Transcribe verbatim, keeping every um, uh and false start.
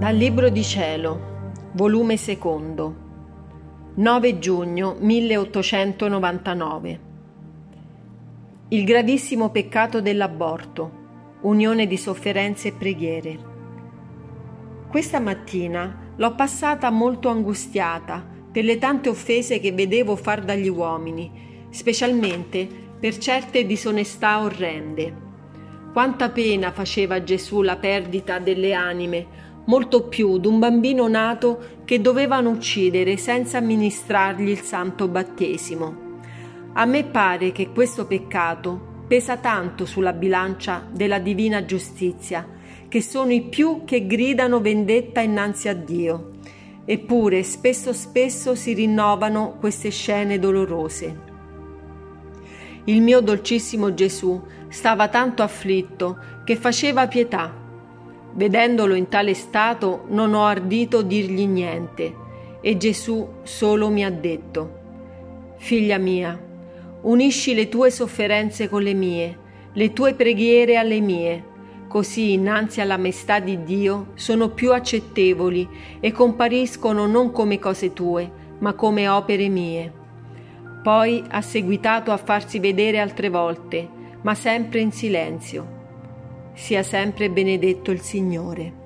Dal Libro di Cielo, volume secondo, nove giugno milleottocentonovantanove. Il gravissimo peccato dell'aborto, unione di sofferenze e preghiere. Questa mattina l'ho passata molto angustiata per le tante offese che vedevo far dagli uomini, specialmente per certe disonestà orrende. Quanta pena faceva a Gesù la perdita delle anime, molto più d'un bambino nato che dovevano uccidere senza amministrargli il santo battesimo. A me pare che questo peccato pesa tanto sulla bilancia della divina giustizia, che sono i più che gridano vendetta innanzi a Dio. Eppure spesso spesso si rinnovano queste scene dolorose. Il mio dolcissimo Gesù stava tanto afflitto che faceva pietà. Vedendolo in tale stato non ho ardito dirgli niente, e Gesù solo mi ha detto: «Figlia mia, unisci le tue sofferenze con le mie, le tue preghiere alle mie, così innanzi alla maestà di Dio sono più accettevoli e compariscono non come cose tue, ma come opere mie». Poi ha seguitato a farsi vedere altre volte, ma sempre in silenzio. Sia sempre benedetto il Signore.